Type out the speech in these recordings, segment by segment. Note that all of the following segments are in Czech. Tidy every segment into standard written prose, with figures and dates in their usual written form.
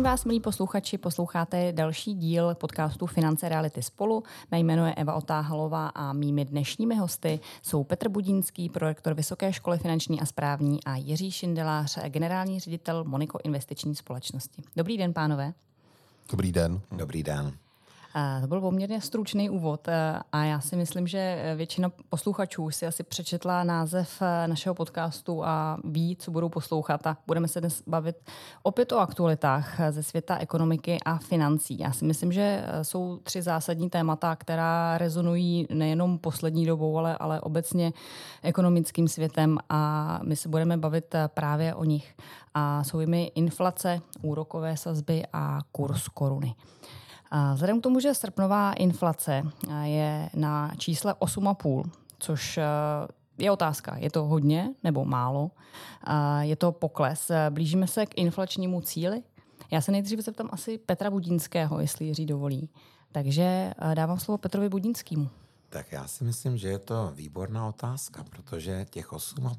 vás, milí posluchači, posloucháte další díl podcastu Finance reality spolu. Mé jméno je Eva Otáhalová a mými dnešními hosty jsou Petr Budínský, prorektor Vysoké školy finanční a správní, a Jiří Šindelář, generální ředitel Moniko investiční společnosti. Dobrý den, pánové. Dobrý den. Dobrý den. To byl poměrně stručný úvod a já si myslím, že většina posluchačů si asi přečetla název našeho podcastu a ví, co budou poslouchat, a budeme se dnes bavit opět o aktualitách ze světa ekonomiky a financí. Já si myslím, že jsou 3 zásadní témata, která rezonují nejenom poslední dobou, ale obecně ekonomickým světem, a my se budeme bavit právě o nich. A jsou jimi inflace, úrokové sazby a kurz koruny. Vzhledem k tomu, že srpnová inflace je na čísle 8,5, což je otázka, je to hodně nebo málo, je to pokles, blížíme se k inflačnímu cíli? Já se nejdřív zeptám asi Petra Budínského, jestli Jiří dovolí. Takže dávám slovo Petrovi Budínskému. Tak já si myslím, že je to výborná otázka, protože těch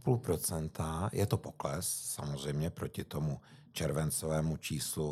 8,5% je to pokles, samozřejmě proti tomu červencovému číslu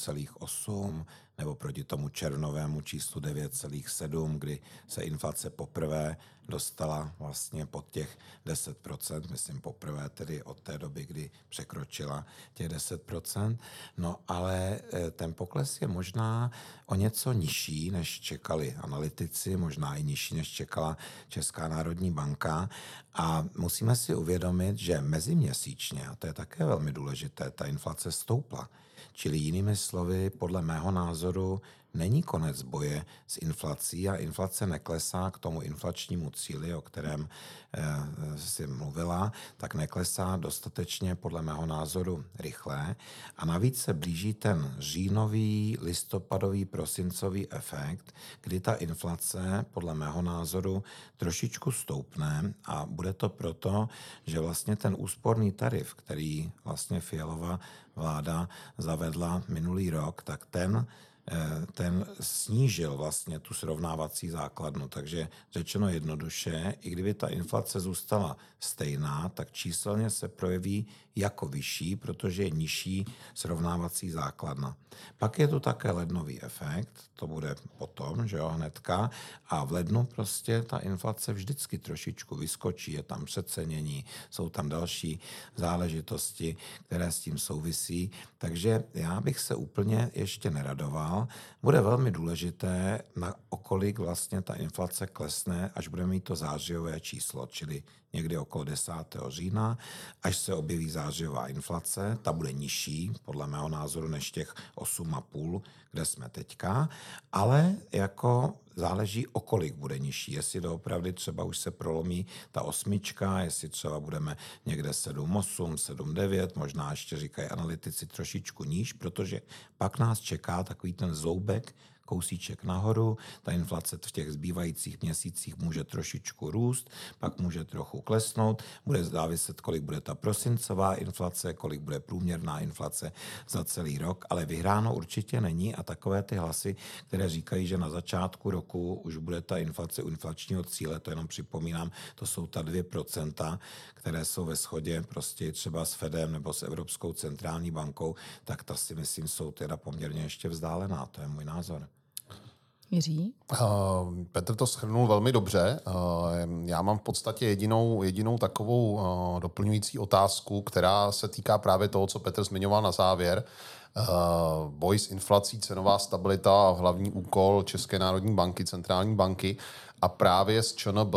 8,8 nebo proti tomu červnovému číslu 9,7, kdy se inflace poprvé dostala vlastně pod těch 10%, myslím poprvé tedy od té doby, kdy překročila těch 10%. No ale ten pokles je možná o něco nižší, než čekali analytici, možná i nižší, než čekala Česká národní banka. A musíme si uvědomit, že meziměsíčně, a to je také velmi důležité, ta inflace stoupla. Čili jinými slovy, podle mého názoru, není konec boje s inflací a inflace neklesá k tomu inflačnímu cíli, o kterém si mluvila, tak neklesá dostatečně podle mého názoru rychle. A navíc se blíží ten říjnový, listopadový, prosincový efekt, kdy ta inflace podle mého názoru trošičku stoupne, a bude to proto, že vlastně ten úsporný tarif, který vlastně Fialova vláda zavedla minulý rok, tak ten snížil vlastně tu srovnávací základnu. Takže řečeno jednoduše, i kdyby ta inflace zůstala stejná, tak číselně se projeví jako vyšší, protože je nižší srovnávací základna. Pak je tu také lednový efekt, to bude potom, že jo, hnedka, a v lednu prostě ta inflace vždycky trošičku vyskočí, je tam přecenění, jsou tam další záležitosti, které s tím souvisí, takže já bych se úplně ještě neradoval. Bude velmi důležité, na okolik vlastně ta inflace klesne, až budeme mít to zářijové číslo, čili někdy okolo 10. října, až se objeví zářijová inflace, ta bude nižší, podle mého názoru, než těch 8,5, kde jsme teďka, ale jako záleží, o kolik bude nižší. Jestli doopravdy třeba už se prolomí ta 8, jestli třeba budeme někde 7,8, 7,9, možná ještě říkají analytici trošičku níž, protože pak nás čeká takový ten zoubek, kousíček nahoru, ta inflace v těch zbývajících měsících může trošičku růst, pak může trochu klesnout, bude záviset, kolik bude ta prosincová inflace, kolik bude průměrná inflace za celý rok, ale vyhráno určitě není, a takové ty hlasy, které říkají, že na začátku roku už bude ta inflace u inflačního cíle, to jenom připomínám, to jsou ta 2%, které jsou ve shodě prostě třeba s Fedem nebo s Evropskou centrální bankou, tak ta si myslím jsou teda poměrně ještě vzdálená, to je můj názor. Jiří? Petr to shrnul velmi dobře. Já mám v podstatě jedinou takovou doplňující otázku, která se týká právě toho, co Petr zmiňoval na závěr. Boj s inflací, cenová stabilita, hlavní úkol České národní banky, centrální banky. A právě z ČNB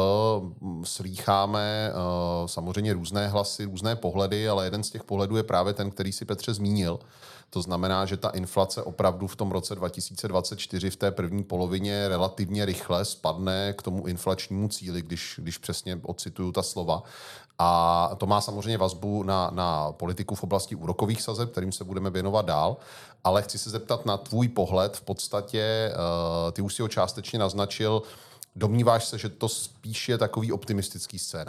slýcháme samozřejmě různé hlasy, různé pohledy, ale jeden z těch pohledů je právě ten, který si Petře zmínil. To znamená, že ta inflace opravdu v tom roce 2024 v té první polovině relativně rychle spadne k tomu inflačnímu cíli, když přesně ocituju ta slova. A to má samozřejmě vazbu na politiku v oblasti úrokových sazeb, kterým se budeme věnovat dál. Ale chci se zeptat na tvůj pohled. V podstatě, ty už si ho částečně naznačil, domníváš se, že to spíš je takový optimistický scénář?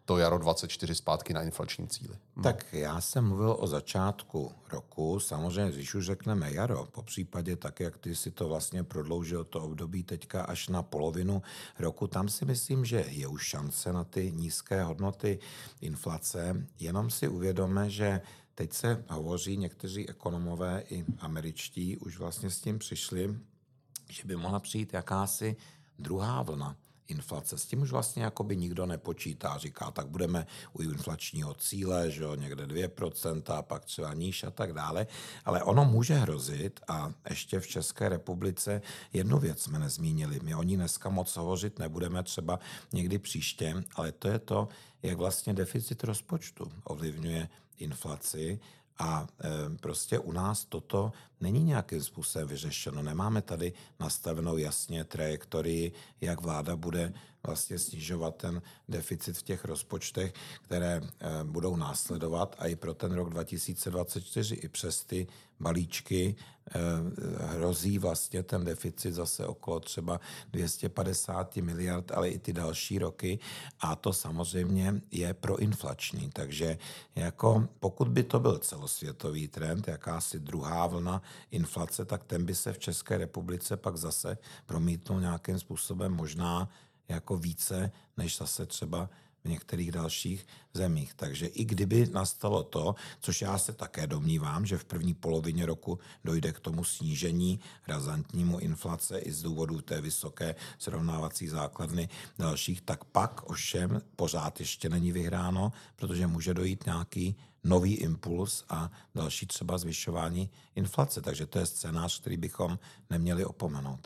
to jaro 24 zpátky na inflačním cíli. Tak já jsem mluvil o začátku roku, samozřejmě, když už řekneme jaro, po případě tak, jak ty si to vlastně prodloužil to období teďka až na polovinu roku, tam si myslím, že je už šance na ty nízké hodnoty inflace, jenom si uvědomme, že teď se hovoří, někteří ekonomové i američtí už vlastně s tím přišli, že by mohla přijít jakási druhá vlna inflace. S tím už vlastně jakoby nikdo nepočítá. Říká, tak budeme u inflačního cíle, že jo, někde 2%, pak třeba níž a tak dále. Ale ono může hrozit a ještě v České republice jednu věc jsme nezmínili. My o ní dneska moc hovořit nebudeme, třeba někdy příště, ale to je to, jak vlastně deficit rozpočtu ovlivňuje inflaci. A prostě u nás toto není nějakým způsobem vyřešeno. Nemáme tady nastavenou jasně trajektorii, jak vláda bude vlastně snižovat ten deficit v těch rozpočtech, které budou následovat a i pro ten rok 2024 i přes ty balíčky hrozí vlastně ten deficit zase okolo třeba 250 miliard, ale i ty další roky a to samozřejmě je proinflační. Takže jako pokud by to byl celosvětový trend, jakási druhá vlna inflace, tak ten by se v České republice pak zase promítnul nějakým způsobem možná jako více, než zase třeba v některých dalších zemích. Takže i kdyby nastalo to, což já se také domnívám, že v první polovině roku dojde k tomu snížení razantnímu inflace i z důvodu té vysoké srovnávací základny dalších, tak pak ovšem pořád ještě není vyhráno, protože může dojít nějaký nový impuls a další třeba zvyšování inflace. Takže to je scénář, který bychom neměli opomenout.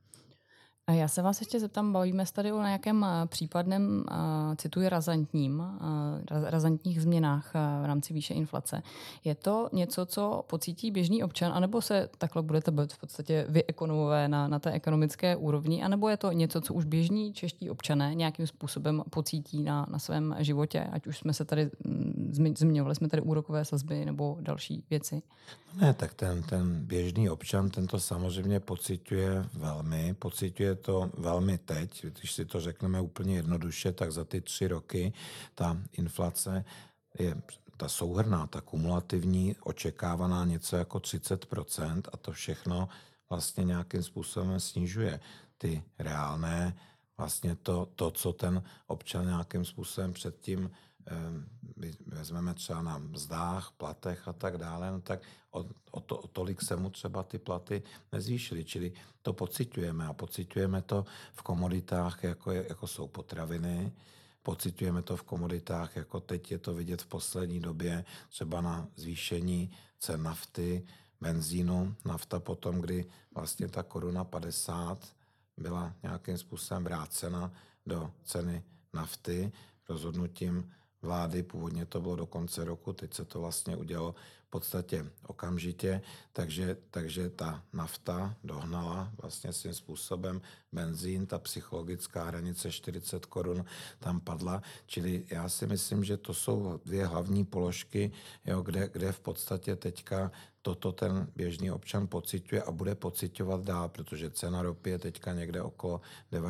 A já se vás ještě zeptám, bavíme se tady o nějakém případném, cituji, razantních změnách v rámci výše inflace. Je to něco, co pocítí běžný občan, anebo se takhle budete být v podstatě vy ekonomové na té ekonomické úrovni, anebo je to něco, co už běžní čeští občané nějakým způsobem pocítí na svém životě, ať už jsme se tady zmiňovali jsme tady úrokové sazby nebo další věci? Ne, tak ten běžný občan, ten to samozřejmě pociťuje to velmi teď. Když si to řekneme úplně jednoduše, tak za ty 3 roky ta inflace je ta souhrnná, ta kumulativní, očekávaná něco jako 30% a to všechno vlastně nějakým způsobem snižuje ty reálné, vlastně to co ten občan nějakým způsobem předtím vezmeme třeba na mzdách, platech a tak dále, no tak o tolik se mu třeba ty platy nezvýšily. Čili to pociťujeme a pociťujeme to v komoditách, jako jsou potraviny, pociťujeme to v komoditách, jako teď je to vidět v poslední době, třeba na zvýšení cen nafty, benzínu, nafta potom, kdy vlastně ta koruna 50 byla nějakým způsobem vrácena do ceny nafty rozhodnutím vlády, původně to bylo do konce roku, teď se to vlastně udělalo v podstatě okamžitě, takže ta nafta dohnala vlastně svým způsobem benzín, ta psychologická hranice 40 korun tam padla, čili já si myslím, že to jsou 2 hlavní položky, jo, kde v podstatě teďka toto ten běžný občan pociťuje a bude pociťovat dál, protože cena ropy je teďka někde okolo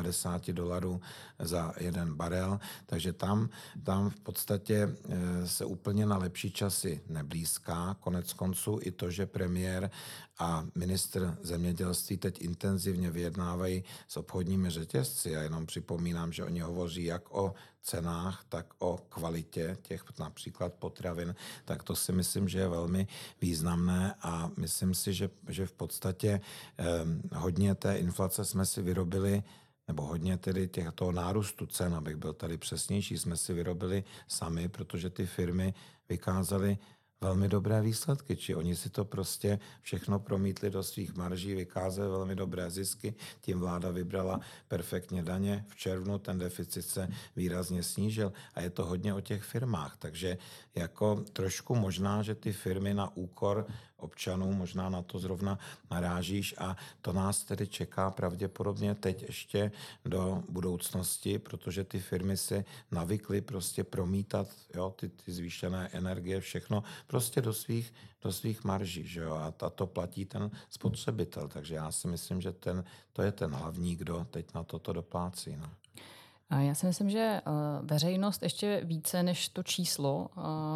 $90 za 1 barel, takže tam v podstatě se úplně na lepší časy neblízká. Konec konců i to, že premiér a ministr zemědělství teď intenzivně vyjednávají s obchodními řetězci. Já jenom připomínám, že oni hovoří jak o cenách, tak o kvalitě těch například potravin, tak to si myslím, že je velmi významné a myslím si, že v podstatě hodně té inflace jsme si vyrobili, nebo hodně tedy toho nárůstu cen, abych byl tady přesnější, jsme si vyrobili sami, protože ty firmy vykázaly velmi dobré výsledky, či oni si to prostě všechno promítli do svých marží, vykázali velmi dobré zisky, tím vláda vybrala perfektně daně, v červnu ten deficit se výrazně snížil a je to hodně o těch firmách, takže jako trošku možná, že ty firmy na úkor občanů, možná na to zrovna narážíš a to nás tedy čeká pravděpodobně teď ještě do budoucnosti, protože ty firmy si navykly prostě promítat ty zvýšené energie, všechno prostě do svých marží, že jo, a to platí ten spotřebitel, takže já si myslím, že to je ten hlavní, kdo teď na toto doplácí. No. Já si myslím, že veřejnost ještě více než to číslo,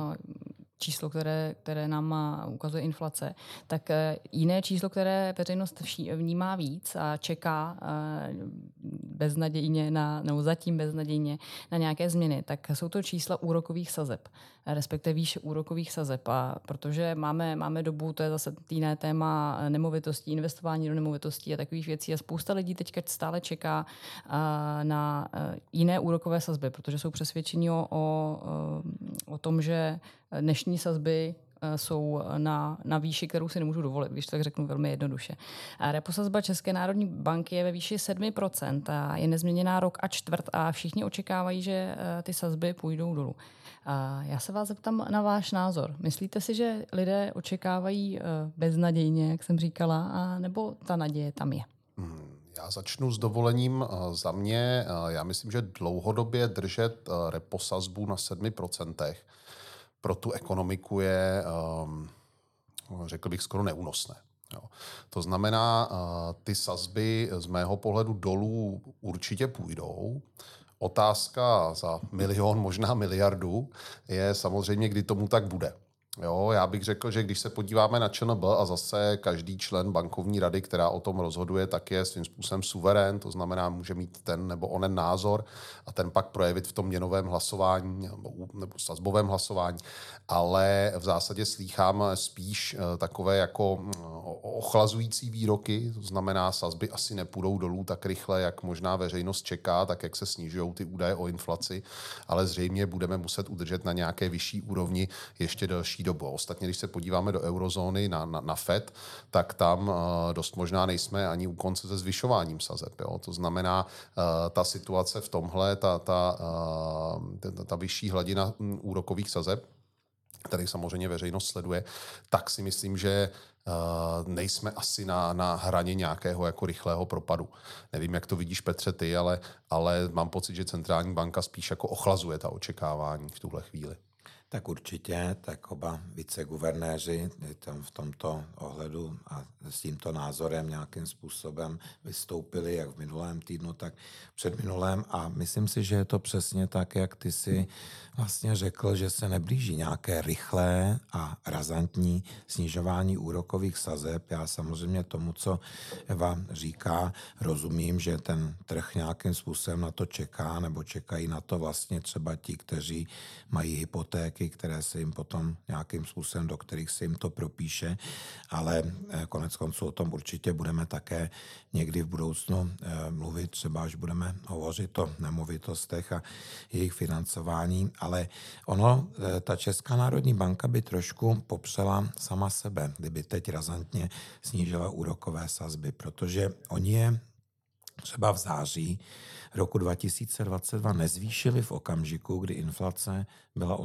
které nám ukazuje inflace, tak jiné číslo, které veřejnost vnímá víc a čeká beznadějně nebo zatím beznadějně na nějaké změny, tak jsou to čísla úrokových sazeb, respektive výše úrokových sazeb. A protože máme dobu, to je zase jiné téma nemovitostí, investování do nemovitostí a takových věcí a spousta lidí teďka stále čeká na jiné úrokové sazby, protože jsou přesvědčení o tom, že dnešní sazby jsou na výši, kterou si nemůžu dovolit, když tak řeknu velmi jednoduše. A reposazba České národní banky je ve výši 7% a je nezměněná rok a čtvrt a všichni očekávají, že ty sazby půjdou dolů. A já se vás zeptám na váš názor. Myslíte si, že lidé očekávají beznadějně, jak jsem říkala, nebo ta naděje tam je? Já začnu s dovolením. Za mě, já myslím, že dlouhodobě držet reposazbu na 7% pro tu ekonomiku je, řekl bych, skoro neúnosné. Jo. To znamená, ty sazby z mého pohledu dolů určitě půjdou. Otázka za 1 milion, možná miliardu, je samozřejmě, kdy tomu tak bude. Jo, já bych řekl, že když se podíváme na ČNB a zase každý člen bankovní rady, která o tom rozhoduje, tak je svým způsobem suverén, to znamená, může mít ten nebo onen názor a ten pak projevit v tom měnovém hlasování nebo sazbovém hlasování. Ale v zásadě slýchám spíš takové jako ochlazující výroky, to znamená, sazby asi nepůjdou dolů tak rychle, jak možná veřejnost čeká, tak jak se snižují ty údaje o inflaci, ale zřejmě budeme muset udržet na nějaké vyšší úrovni ještě delší dobu. Ostatně, když se podíváme do eurozóny na FED, tak tam dost možná nejsme ani u konce se zvyšováním sazeb. Jo? To znamená, ta situace v tomhle, ta vyšší hladina úrokových sazeb, který samozřejmě veřejnost sleduje, tak si myslím, že nejsme asi na hraně nějakého jako rychlého propadu. Nevím, jak to vidíš, Petře, ty, ale mám pocit, že centrální banka spíš jako ochlazuje ta očekávání v tuhle chvíli. Tak určitě, tak oba viceguvernéři v tomto ohledu a s tímto názorem nějakým způsobem vystoupili jak v minulém týdnu, tak předminulém a myslím si, že je to přesně tak, jak ty si vlastně řekl, že se neblíží nějaké rychlé a razantní snižování úrokových sazeb. Já samozřejmě tomu, co Eva říká, rozumím, že ten trh nějakým způsobem na to čeká, nebo čekají na to vlastně třeba ti, kteří mají hypotéky, které se jim potom nějakým způsobem, do kterých se jim to propíše, ale konec konců o tom určitě budeme také někdy v budoucnu mluvit, třeba až budeme hovořit o nemovitostech a jejich financování, ale ta Česká národní banka by trošku popřela sama sebe, kdyby teď razantně snížila úrokové sazby, protože oni je třeba v září roku 2022 nezvýšili v okamžiku, kdy inflace byla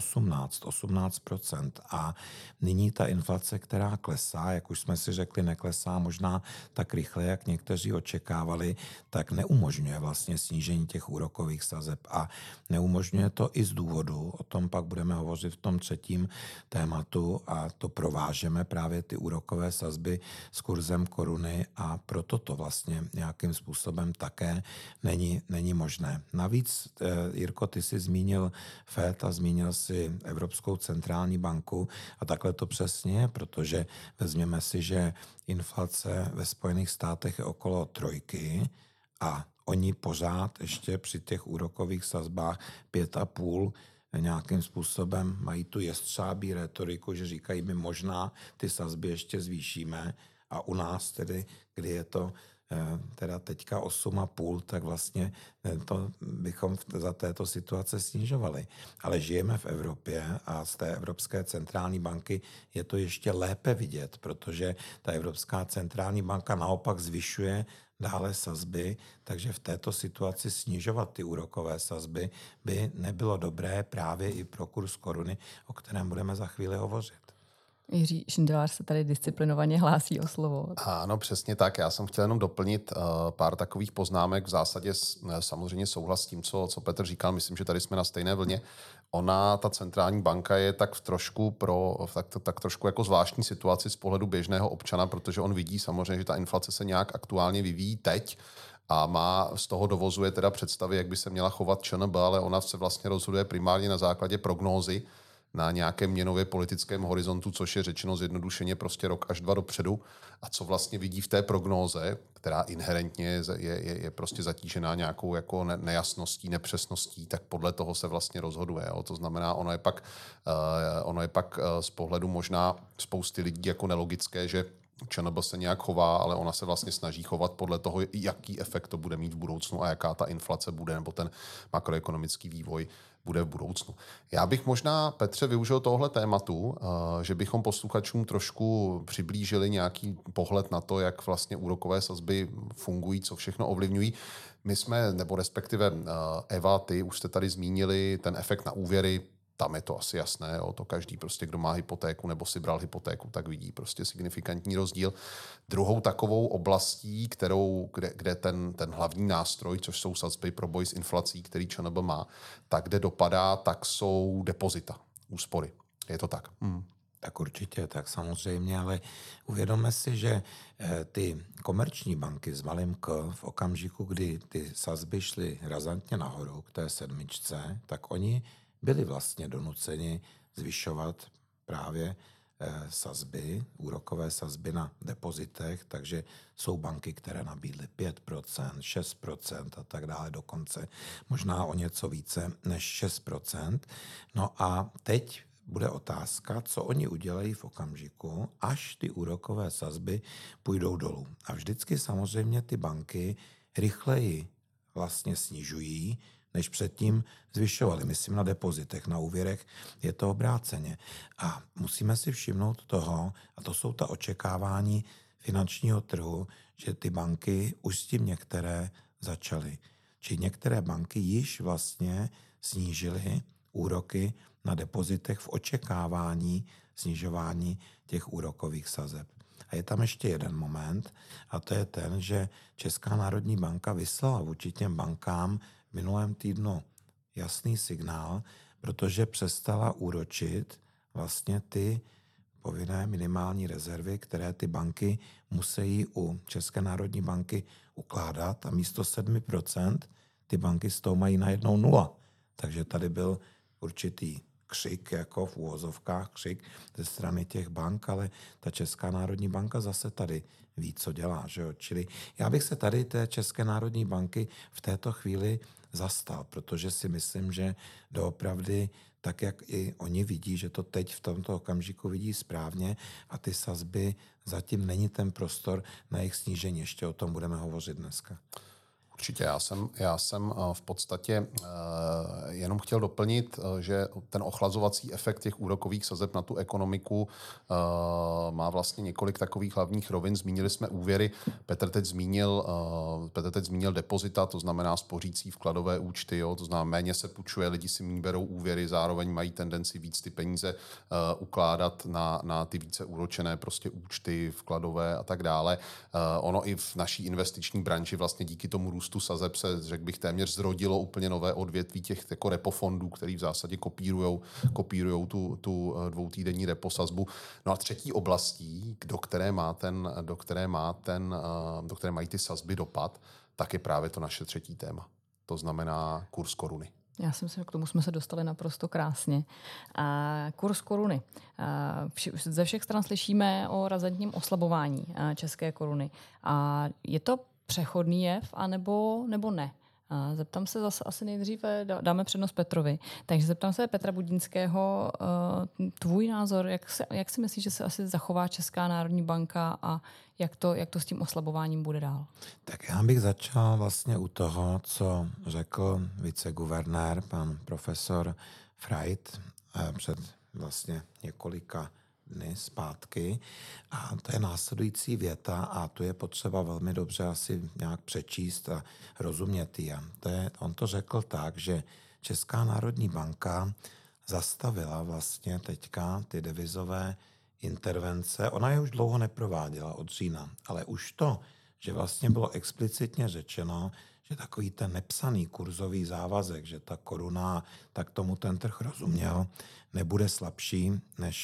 18% a nyní ta inflace, která klesá, jak už jsme si řekli, neklesá možná tak rychle, jak někteří očekávali, tak neumožňuje vlastně snížení těch úrokových sazeb a neumožňuje to i z důvodu, o tom pak budeme hovořit v tom třetím tématu a to provážeme právě ty úrokové sazby s kurzem koruny a proto to vlastně nějakým způsobem také není možné. Navíc, Jirko, ty jsi zmínil FED a zmínil si Evropskou centrální banku a takhle to přesně je, protože vezměme si, že inflace ve Spojených státech je okolo 3 a oni pořád ještě při těch úrokových sazbách 5,5 nějakým způsobem mají tu jestřábí retoriku, že říkají, my možná ty sazby ještě zvýšíme a u nás tedy, kdy je to teda teďka 8,5, tak vlastně to bychom za této situace snižovali. Ale žijeme v Evropě a z té Evropské centrální banky je to ještě lépe vidět, protože ta Evropská centrální banka naopak zvyšuje dále sazby, takže v této situaci snižovat ty úrokové sazby by nebylo dobré právě i pro kurz koruny, o kterém budeme za chvíli hovořit. Jiří Šindelář se tady disciplinovaně hlásí o slovo. Ano, přesně tak. Já jsem chtěl jenom doplnit pár takových poznámek. V zásadě samozřejmě souhlas s tím, co Petr říkal. Myslím, že tady jsme na stejné vlně. Ta centrální banka je tak trošku jako zvláštní situaci z pohledu běžného občana, protože on vidí samozřejmě, že ta inflace se nějak aktuálně vyvíjí teď a z toho dovozuje teda představy, jak by se měla chovat ČNB, ale ona se vlastně rozhoduje primárně na základě prognózy na nějakém měnově politickém horizontu, což je řečeno zjednodušeně prostě rok až 2 dopředu. A co vlastně vidí v té prognóze, která inherentně je prostě zatížená nějakou jako nejasností, nepřesností, tak podle toho se vlastně rozhoduje. Jo. To znamená, ono je pak z pohledu možná spousty lidí jako nelogické, že ČNB se nějak chová, ale ona se vlastně snaží chovat podle toho, jaký efekt to bude mít v budoucnu a jaká ta inflace bude, nebo ten makroekonomický vývoj bude v budoucnu. Já bych možná, Petře, využil tohle tématu, že bychom posluchačům trošku přiblížili nějaký pohled na to, jak vlastně úrokové sazby fungují, co všechno ovlivňují. My jsme, nebo respektive Eva, ty už jste tady zmínili ten efekt na úvěry. Tam je to asi jasné, jo. To každý prostě, kdo má hypotéku nebo si bral hypotéku, tak vidí prostě signifikantní rozdíl. Druhou takovou oblastí, kde ten hlavní nástroj, což jsou sazby pro boj s inflací, který ČNB má, tak kde dopadá, tak jsou depozita, úspory. Je to tak? Tak určitě, tak samozřejmě, ale uvědomme si, že ty komerční banky s malým K v okamžiku, kdy ty sazby šly razantně nahoru k té 7, tak oni byli vlastně donuceni zvyšovat právě sazby, úrokové sazby na depozitech, takže jsou banky, které nabídly 5%, 6% a tak dále, dokonce možná o něco více než 6%. No a teď bude otázka, co oni udělají v okamžiku, až ty úrokové sazby půjdou dolů. A vždycky samozřejmě ty banky rychleji vlastně snižují, než předtím zvyšovali. Myslím na depozitech, na úvěrech je to obráceně. A musíme si všimnout toho, a to jsou ta očekávání finančního trhu, že ty banky už s tím některé začaly. Či některé banky již vlastně snížily úroky na depozitech v očekávání snižování těch úrokových sazeb. A je tam ještě jeden moment, a to je ten, že Česká národní banka vyslala vůči těm bankám v minulém týdnu jasný signál, protože přestala úročit vlastně ty povinné minimální rezervy, které ty banky musí u České národní banky ukládat a místo 7% ty banky z toho mají najednou 0. Takže tady byl určitý křik, jako v uvozovkách křik ze strany těch bank, ale ta Česká národní banka zase tady ví, co dělá. Že jo? Čili já bych se tady té České národní banky v této chvíli zastal, protože si myslím, že doopravdy tak, jak i oni vidí, že to teď v tomto okamžiku vidí správně a ty sazby zatím není ten prostor na jejich snížení. Ještě o tom budeme hovořit dneska. Určitě, já jsem v podstatě jenom chtěl doplnit, že ten ochlazovací efekt těch úrokových sazeb na tu ekonomiku má vlastně několik takových hlavních rovin. Zmínili jsme úvěry, Petr teď zmínil depozita, to znamená spořící vkladové účty, jo, to znamená méně se půjčuje, lidi si méně berou úvěry, zároveň mají tendenci víc ty peníze ukládat na ty více úročené prostě účty, vkladové a tak dále. Ono i v naší investiční branži vlastně díky tomu růstu sazeb se, řekl bych, téměř zrodilo úplně nové odvětví těch jako repofondů, který v zásadě kopírujou tu dvoutýdenní reposazbu. No a třetí oblastí, do které mají ty sazby dopad, tak je právě to naše třetí téma. To znamená kurz koruny. Já si myslím, že k tomu jsme se dostali naprosto krásně. Kurz koruny. Ze všech stran slyšíme o razantním oslabování české koruny. A je to přechodný jev, nebo ne? Zeptám se zase asi nejdříve, dáme přednost Petrovi. Takže zeptám se Petra Budínského, tvůj názor, jak si myslíš, že se asi zachová Česká národní banka a jak to s tím oslabováním bude dál? Tak já bych začal vlastně u toho, co řekl viceguvernér, pan profesor Freit, před vlastně několika dny zpátky. A to je následující věta a tu je potřeba velmi dobře asi nějak přečíst a rozumět ji. On to řekl tak, že Česká národní banka zastavila vlastně teďka ty devizové intervence. Ona je už dlouho neprováděla od října, ale už to, že vlastně bylo explicitně řečeno, že takový ten nepsaný kurzový závazek, že ta koruna, tak tomu ten trh rozuměl, nebude slabší než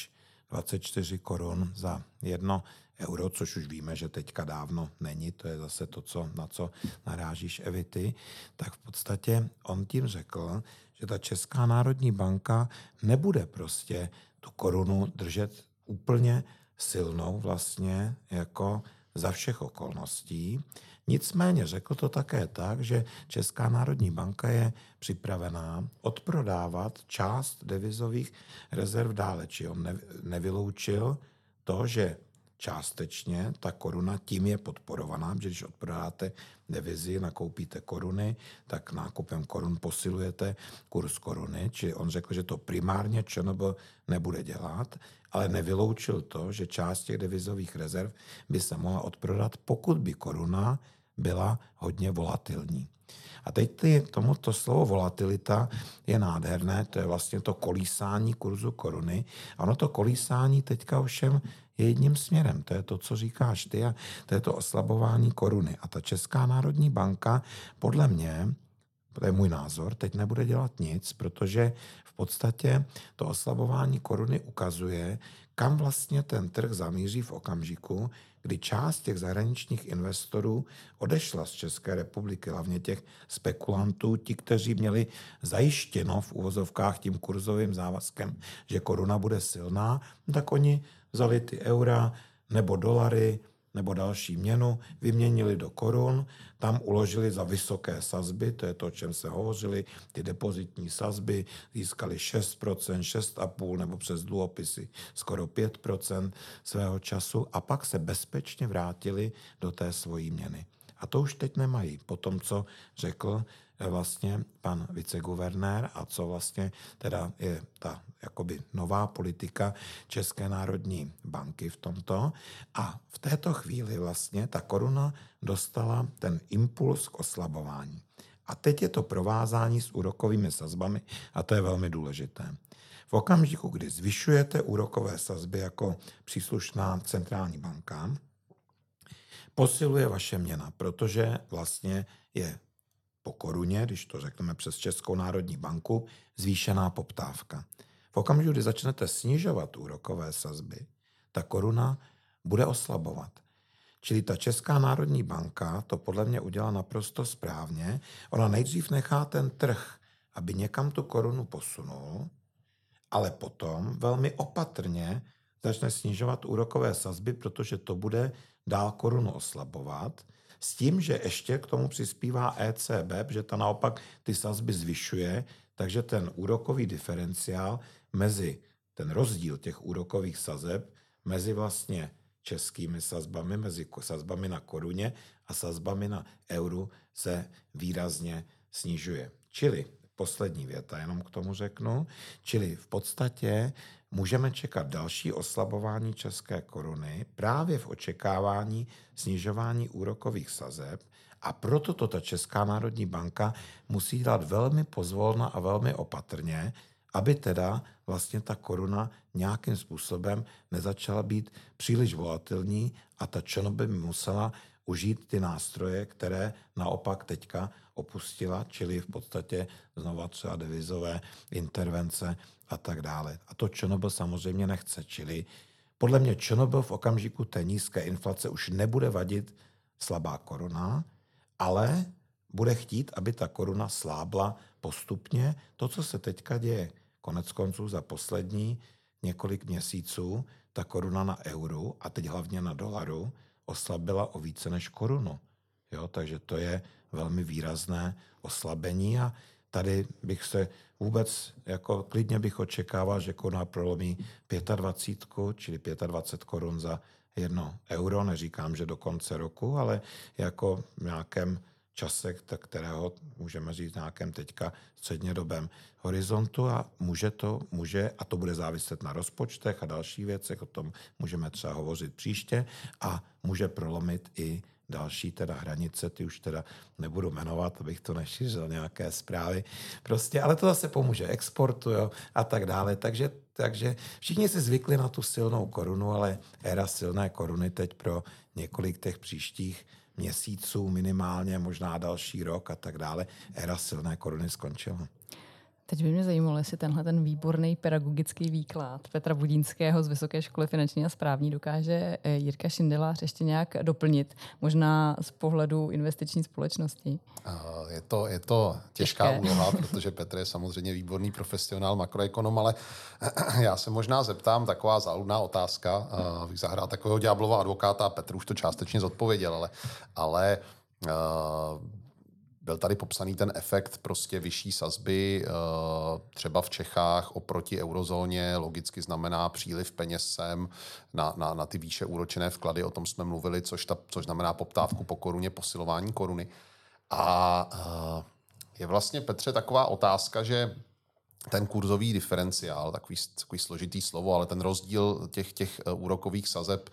24 korun za 1 euro, což už víme, že teďka dávno není, to je zase to, na co narážíš, Evi, ty, tak v podstatě on tím řekl, že ta Česká národní banka nebude prostě tu korunu držet úplně silnou vlastně jako za všech okolností. Nicméně řekl to také tak, že Česká národní banka je připravená odprodávat část devizových rezerv dále. Či on nevyloučil to, že částečně ta koruna tím je podporovaná, že když odprodáte devizi, nakoupíte koruny, tak nákupem korun posilujete kurz koruny. Čili on řekl, že to primárně ČNB nebude dělat, ale nevyloučil to, že část těch devizových rezerv by se mohla odprodat, pokud by koruna byla hodně volatilní. A teď tomuto slovo volatilita je nádherné, to je vlastně to kolísání kurzu koruny. A ono to kolísání teďka ovšem je jedním směrem. To je to, co říkáš ty, a to je to oslabování koruny. A ta Česká národní banka, podle mě, to je můj názor, teď nebude dělat nic, protože v podstatě to oslabování koruny ukazuje, kam vlastně ten trh zamíří v okamžiku, kdy část těch zahraničních investorů odešla z České republiky, hlavně těch spekulantů, ti, kteří měli zajištěno v uvozovkách tím kurzovým závazkem, že koruna bude silná, tak oni vzali ty eura nebo dolary nebo další měnu, vyměnili do korun, tam uložili za vysoké sazby, to je to, o čem se hovořili, ty depozitní sazby, získali 6%, 6,5% nebo přes dluhopisy skoro 5% svého času a pak se bezpečně vrátili do té svojí měny. A to už teď nemají. Po tom, co řekl vlastně pan viceguvernér a co vlastně teda je ta jakoby nová politika České národní banky v tomto. A v této chvíli vlastně ta koruna dostala ten impuls k oslabování. A teď je to provázání s úrokovými sazbami a to je velmi důležité. V okamžiku, kdy zvyšujete úrokové sazby jako příslušná centrální banka, posiluje vaše měna, protože vlastně je po koruně, když to řekneme přes Českou národní banku, zvýšená poptávka. V okamžiku, kdy začnete snižovat úrokové sazby, ta koruna bude oslabovat. Čili ta Česká národní banka to podle mě udělá naprosto správně. Ona nejdřív nechá ten trh, aby někam tu korunu posunul, ale potom velmi opatrně začne snižovat úrokové sazby, protože to bude dál korunu oslabovat, s tím, že ještě k tomu přispívá ECB, že ta naopak ty sazby zvyšuje, takže ten úrokový diferenciál mezi, ten rozdíl těch úrokových sazeb mezi vlastně českými sazbami, mezi sazbami na koruně a sazbami na euru se výrazně snižuje. Čili poslední věta, jenom k tomu řeknu, čili v podstatě můžeme čekat další oslabování české koruny právě v očekávání snižování úrokových sazeb a proto to ta Česká národní banka musí dělat velmi pozvolna a velmi opatrně, aby teda vlastně ta koruna nějakým způsobem nezačala být příliš volatilní a ta ČNB by musela užít ty nástroje, které naopak teďka opustila, čili v podstatě znova třeba devizové intervence a tak dále. A to ČNB samozřejmě nechce, čili podle mě ČNB v okamžiku té nízké inflace už nebude vadit slabá koruna, ale bude chtít, aby ta koruna slábla postupně. To, co se teďka děje, konec konců za poslední několik měsíců, ta koruna na euru a teď hlavně na dolaru oslabila o více než korunu. Jo, takže to je velmi výrazné oslabení a tady bych se vůbec, jako klidně bych očekával, že koruna prolomí 25, čili 25 korun za 1 euro. Neříkám, že do konce roku, ale jako v nějakém čase, kterého můžeme říct v nějakém teďka střednědobém horizontu a může, a to bude záviset na rozpočtech a dalších věcech, o tom můžeme třeba hovořit příště, a může prolomit i další teda hranice, ty už teda nebudu jmenovat, abych to nešířil nějaké zprávy. Prostě, ale to zase pomůže exportu, jo, a tak dále. Takže všichni si zvykli na tu silnou korunu, ale éra silné koruny teď pro několik těch příštích měsíců minimálně, možná další rok a tak dále, éra silné koruny skončila. Teď by mě zajímalo, jestli ten výborný pedagogický výklad Petra Budínského z Vysoké školy finanční a správní dokáže Jirka Šindelář ještě nějak doplnit, možná z pohledu investiční společnosti. Je to těžká úloha, protože Petr je samozřejmě výborný profesionál, makroekonom, ale já se možná zeptám, taková záludná otázka, abych zahrál takového ďáblova advokáta, Petr už to částečně zodpověděl, ale byl tady popsaný ten efekt prostě vyšší sazby třeba v Čechách oproti eurozóně, logicky znamená příliv peněz sem na ty výše úročené vklady, o tom jsme mluvili, což znamená poptávku po koruně, posilování koruny. A je vlastně, Petře, taková otázka, že ten kurzový diferenciál, takový složitý slovo, ale ten rozdíl těch úrokových sazeb,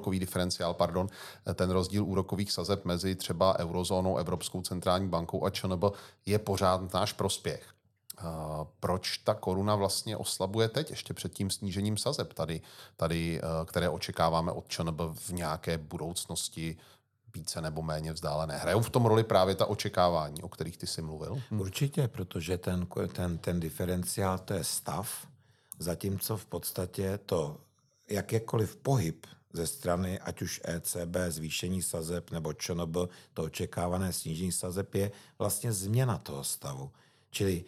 ten rozdíl úrokových sazeb mezi třeba eurozónou, Evropskou centrální bankou a ČNB je pořád náš prospěch. Proč ta koruna vlastně oslabuje teď, ještě před tím snížením sazeb tady, které očekáváme od ČNB v nějaké budoucnosti více nebo méně vzdálené? Hrajou v tom roli právě ta očekávání, o kterých ty jsi mluvil? Určitě, protože ten diferenciál to je stav, zatímco v podstatě to jakékoliv pohyb ze strany, ať už ECB, zvýšení sazeb, nebo ČNB, to očekávané snížení sazeb je vlastně změna toho stavu. Čili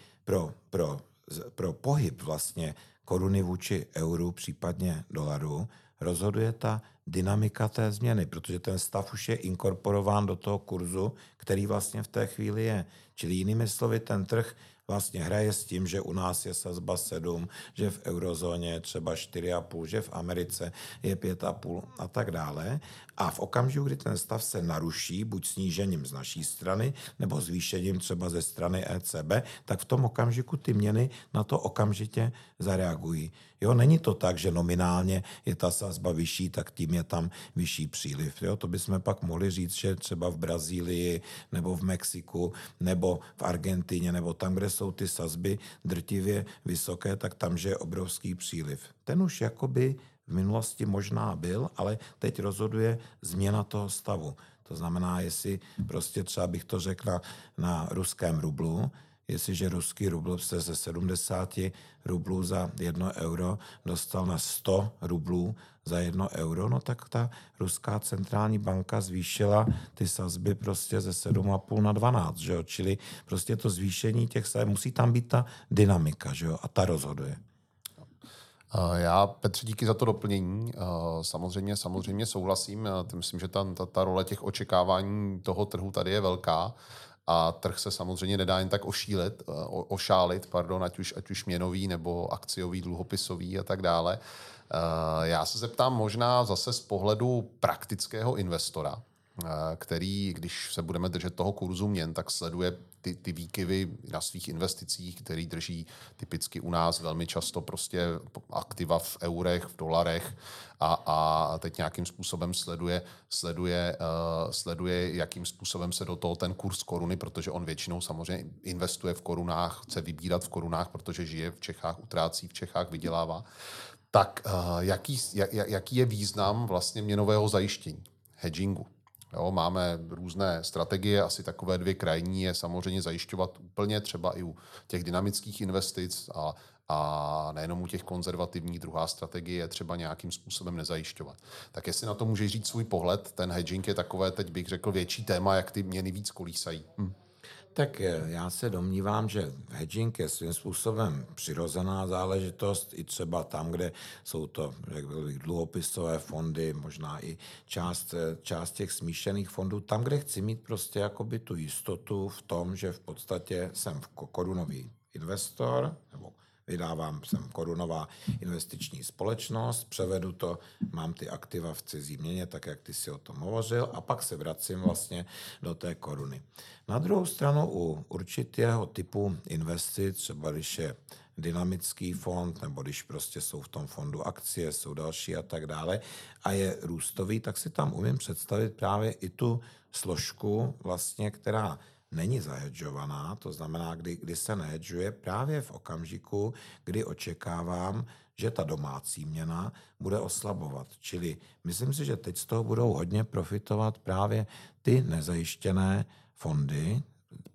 pro pohyb vlastně koruny vůči euru, případně dolaru, rozhoduje ta dynamika té změny, protože ten stav už je inkorporován do toho kurzu, který vlastně v té chvíli je. Čili jinými slovy, ten trh vlastně hraje s tím, že u nás je sazba 7, že v eurozóně je třeba 4,5, že v Americe je 5,5 a tak dále. A v okamžiku, kdy ten stav se naruší, buď snížením z naší strany, nebo zvýšením třeba ze strany ECB, tak v tom okamžiku ty měny na to okamžitě zareagují. Jo, není to tak, že nominálně je ta sazba vyšší, tak tím je tam vyšší příliv. Jo, to bychom pak mohli říct, že třeba v Brazílii, nebo v Mexiku, nebo v Argentině, nebo tam, kde jsou ty sazby drtivě vysoké, tak tam, že je obrovský příliv. Ten už jakoby v minulosti možná byl, ale teď rozhoduje změna toho stavu. To znamená, jestli prostě třeba bych to řekl na ruském rublu, jestliže ruský rubl se ze 70 rublů za 1 euro dostal na 100 rublů za 1 euro, no tak ta ruská centrální banka zvýšila ty sazby prostě ze 7,5 na 12, že jo? Čili prostě to zvýšení těch sazeb, musí tam být ta dynamika, že jo? A ta rozhoduje. Já, Petře, díky za to doplnění. Samozřejmě souhlasím. Myslím, že ta role těch očekávání toho trhu tady je velká. A trh se samozřejmě nedá jen tak ošálit, ať už měnový nebo akciový, dluhopisový a tak dále. Já se zeptám možná zase z pohledu praktického investora, který, když se budeme držet toho kurzu měn, tak sleduje ty výkyvy na svých investicích, který drží typicky u nás velmi často prostě aktiva v eurech, v dolarech a teď nějakým způsobem sleduje, jakým způsobem se do toho ten kurz koruny, protože on většinou samozřejmě investuje v korunách, chce vybírat v korunách, protože žije v Čechách, utrácí v Čechách, vydělává. Tak jaký je význam vlastně měnového zajištění, hedgingu? Jo, máme různé strategie, asi takové 2 krajní je samozřejmě zajišťovat úplně třeba i u těch dynamických investic a nejenom u těch konzervativních. Druhá strategie je třeba nějakým způsobem nezajišťovat. Tak jestli na to můžeš říct svůj pohled, ten hedging je takové, teď bych řekl, větší téma, jak ty měny víc kolísají. Tak já se domnívám, že hedging je svým způsobem přirozená záležitost i třeba tam, kde jsou to, jak bych, dluhopisové fondy, možná i část těch smíšených fondů, tam, kde chci mít prostě jakoby tu jistotu v tom, že v podstatě jsem korunový investor, nebo jsem korunová investiční společnost, převedu to, mám ty aktiva v cizí měně, tak jak ty si o tom hovořil, a pak se vracím vlastně do té koruny. Na druhou stranu u určitého typu investic, třeba když je dynamický fond, nebo když prostě jsou v tom fondu akcie, jsou další a tak dále, a je růstový, tak si tam umím představit právě i tu složku vlastně, která není zahedžovaná, to znamená, kdy se nehedžuje právě v okamžiku, kdy očekávám, že ta domácí měna bude oslabovat. Čili myslím si, že teď z toho budou hodně profitovat právě ty nezajištěné fondy,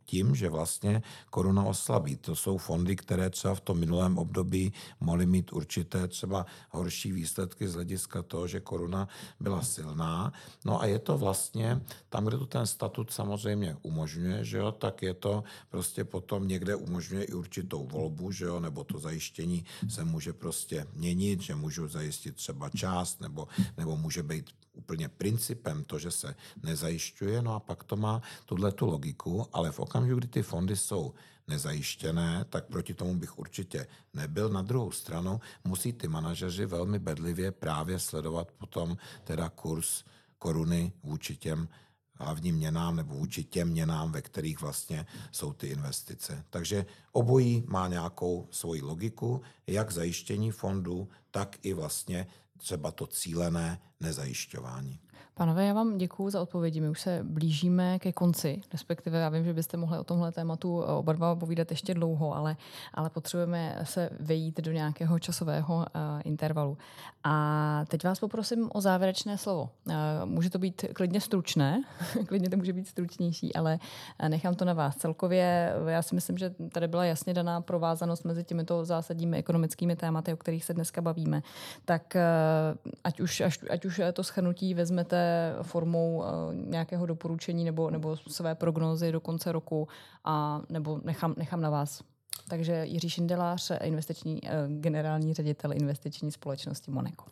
tím, že vlastně koruna oslabí. To jsou fondy, které třeba v tom minulém období mohly mít určité třeba horší výsledky z hlediska toho, že koruna byla silná. No a je to vlastně, tam, kde to ten statut samozřejmě umožňuje, že jo, tak je to prostě potom někde umožňuje i určitou volbu, že jo, nebo to zajištění se může prostě měnit, že můžu zajistit třeba část, nebo může být úplně principem to, že se nezajišťuje, no a pak to má tuhletu logiku, ale v okamžiku, kdy ty fondy jsou nezajištěné, tak proti tomu bych určitě nebyl. Na druhou stranu musí ty manažeři velmi bedlivě právě sledovat potom teda kurz koruny vůči těm hlavním měnám nebo vůči těm měnám, ve kterých vlastně jsou ty investice. Takže obojí má nějakou svoji logiku, jak zajištění fondů, tak i vlastně třeba to cílené nezajišťování. Pánové, já vám děkuju za odpovědi. My už se blížíme ke konci, respektive já vím, že byste mohli o tomhle tématu oba dva povídat ještě dlouho, ale potřebujeme se vejít do nějakého časového intervalu. A teď vás poprosím o závěrečné slovo. Může to být klidně stručné, klidně to může být stručnější, ale nechám to na vás. Celkově já si myslím, že tady byla jasně daná provázanost mezi těmito zásadními ekonomickými tématy, o kterých se dneska bavíme. Tak ať už to shrnutí vezmete formou nějakého doporučení nebo své prognózy do konce roku, nebo nechám na vás. Takže Jiří Šindelář, generální ředitel investiční společnosti Moneco.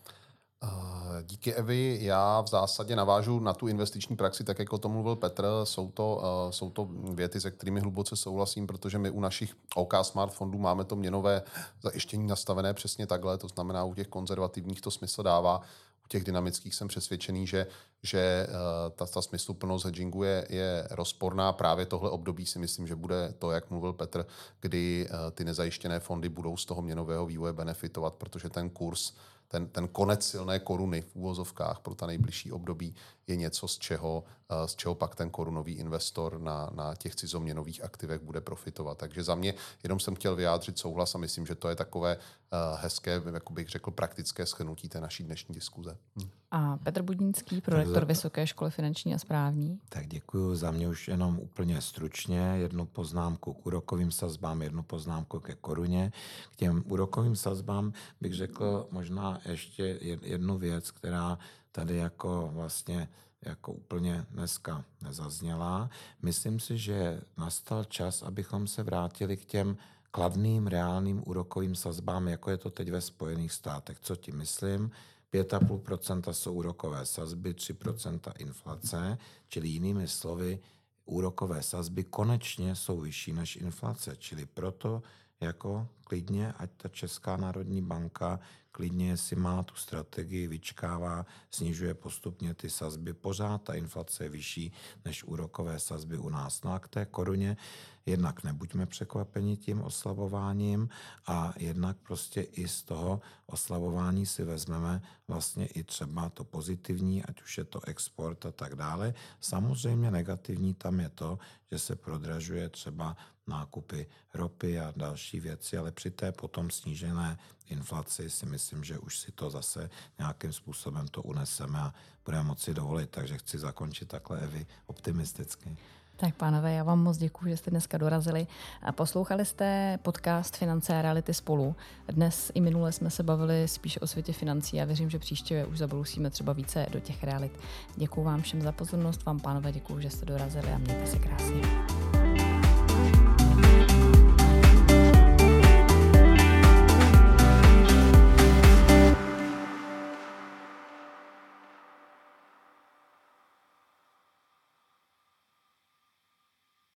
Díky, Evi. Já v zásadě navážu na tu investiční praxi, tak jako o tom mluvil Petr. Jsou to věty, se kterými hluboce souhlasím, protože my u našich OK Smart fondů máme to měnové zajištění nastavené přesně takhle, to znamená u těch konzervativních to smysl dává. U těch dynamických jsem přesvědčený, že ta smysluplnost hedgingu je rozporná. Právě tohle období si myslím, že bude to, jak mluvil Petr, kdy ty nezajištěné fondy budou z toho měnového vývoje benefitovat, protože ten kurz, ten konec silné koruny v úvozovkách pro ta nejbližší období je něco, z čeho pak ten korunový investor na těch cizoměnových aktivech bude profitovat. Takže za mě jenom jsem chtěl vyjádřit souhlas a myslím, že to je takové hezké, jak bych řekl, praktické shrnutí té naší dnešní diskuze. A Petr Budínský, prorektor Vysoké školy finanční a správní. Tak děkuji. Za mě už jenom úplně stručně jednu poznámku k úrokovým sazbám, jednu poznámku ke koruně. K těm úrokovým sazbám bych řekl možná ještě jednu věc, která tady jako úplně dneska nezazněla. Myslím si, že nastal čas, abychom se vrátili k těm kladným reálným úrokovým sazbám, jako je to teď ve Spojených státech. Co tím myslím? 5,5% jsou úrokové sazby, 3% inflace, čili jinými slovy, úrokové sazby konečně jsou vyšší než inflace, čili proto jako klidně, ať ta Česká národní banka klidně, si má tu strategii, vyčkává, snižuje postupně ty sazby, pořád ta inflace je vyšší než úrokové sazby u nás. No a k té koruně jednak nebuďme překvapeni tím oslabováním a jednak prostě i z toho oslabování si vezmeme vlastně i třeba to pozitivní, ať už je to export a tak dále. Samozřejmě negativní tam je to, že se prodražuje třeba nákupy ropy a další věci, ale při té potom snížené inflaci si myslím, že už si to zase nějakým způsobem to uneseme a budeme moci dovolit. Takže chci zakončit takhle, Evi, optimisticky. Tak pánové, já vám moc děkuji, že jste dneska dorazili. A poslouchali jste podcast Finance a reality spolu. Dnes i minule jsme se bavili spíš o světě financí a věřím, že příště už zabrousíme třeba více do těch realit. Děkuji vám všem za pozornost, vám pánové děkuji, že jste dorazili a mějte se krásně.